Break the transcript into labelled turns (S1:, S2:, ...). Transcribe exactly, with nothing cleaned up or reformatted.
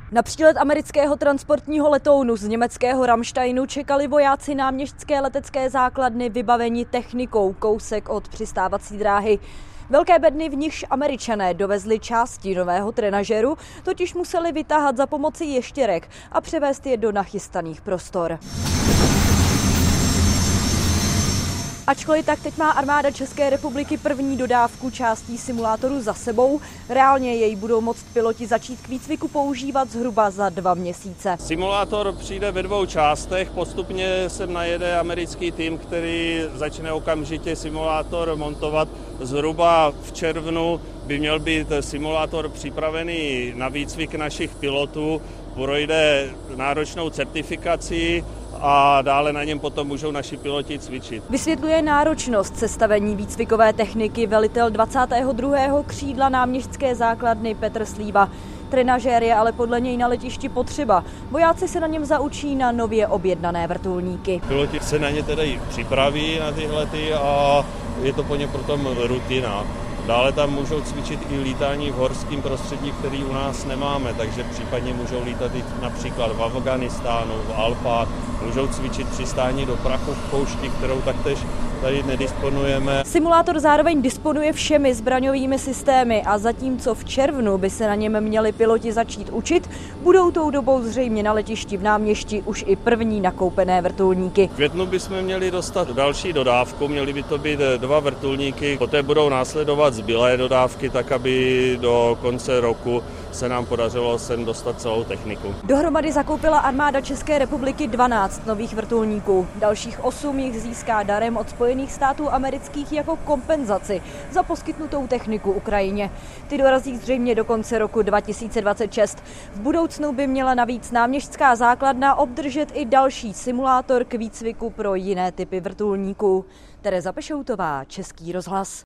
S1: Na přílet amerického transportního letounu z německého Ramsteinu čekali vojáci náměstské letecké základny vybaveni technikou kousek od přistávací dráhy. Velké bedny, v nichž Američané dovezli části nového trenažéru, totiž museli vytáhat za pomoci ještěrek a převést je do nachystaných prostor. Ačkoliv tak teď má armáda České republiky první dodávku částí simulátoru za sebou, reálně jej budou moct piloti začít k výcviku používat zhruba za dva měsíce.
S2: Simulátor přijde ve dvou částech, postupně sem najede americký tým, který začne okamžitě simulátor montovat. Zhruba v červnu by měl být simulátor připravený na výcvik našich pilotů, projde náročnou certifikací a dále na něm potom můžou naši piloti cvičit.
S1: Vysvětluje náročnost sestavení výcvikové techniky velitel dvacátého druhého křídla náměstské základny Petr Slíva. Trenažér je ale podle něj na letišti potřeba. Vojáci se na něm zaučí na nově objednané vrtulníky.
S2: Piloti se na ně tedy připraví na tyhle ty a je to po ně potom rutina. Dále tam můžou cvičit i lítání v horském prostředí, který u nás nemáme, takže případně můžou lítat i například v Afghánistánu, v Alpách, můžou cvičit přistání do prachu v poušti, kterou taktéž tady nedisponujeme.
S1: Simulátor zároveň disponuje všemi zbraňovými systémy a zatímco v červnu by se na něm měli piloti začít učit, budou tou dobou zřejmě na letišti v Náměšti už i první nakoupené vrtulníky.
S2: V květnu bychom měli dostat další dodávku, měly by to být dva vrtulníky, poté budou následovat zbylé dodávky, tak aby do konce roku se nám podařilo sem dostat celou techniku.
S1: Dohromady zakoupila armáda České republiky dvanáct nových vrtulníků. Dalších osm jich získá darem od Spojených států amerických jako kompenzaci za poskytnutou techniku Ukrajině. Ty dorazí zřejmě do konce roku dva tisíce dvacet šest. V budoucnu by měla navíc náměstská základna obdržet i další simulátor k výcviku pro jiné typy vrtulníků. Tereza Pešoutová, Český rozhlas.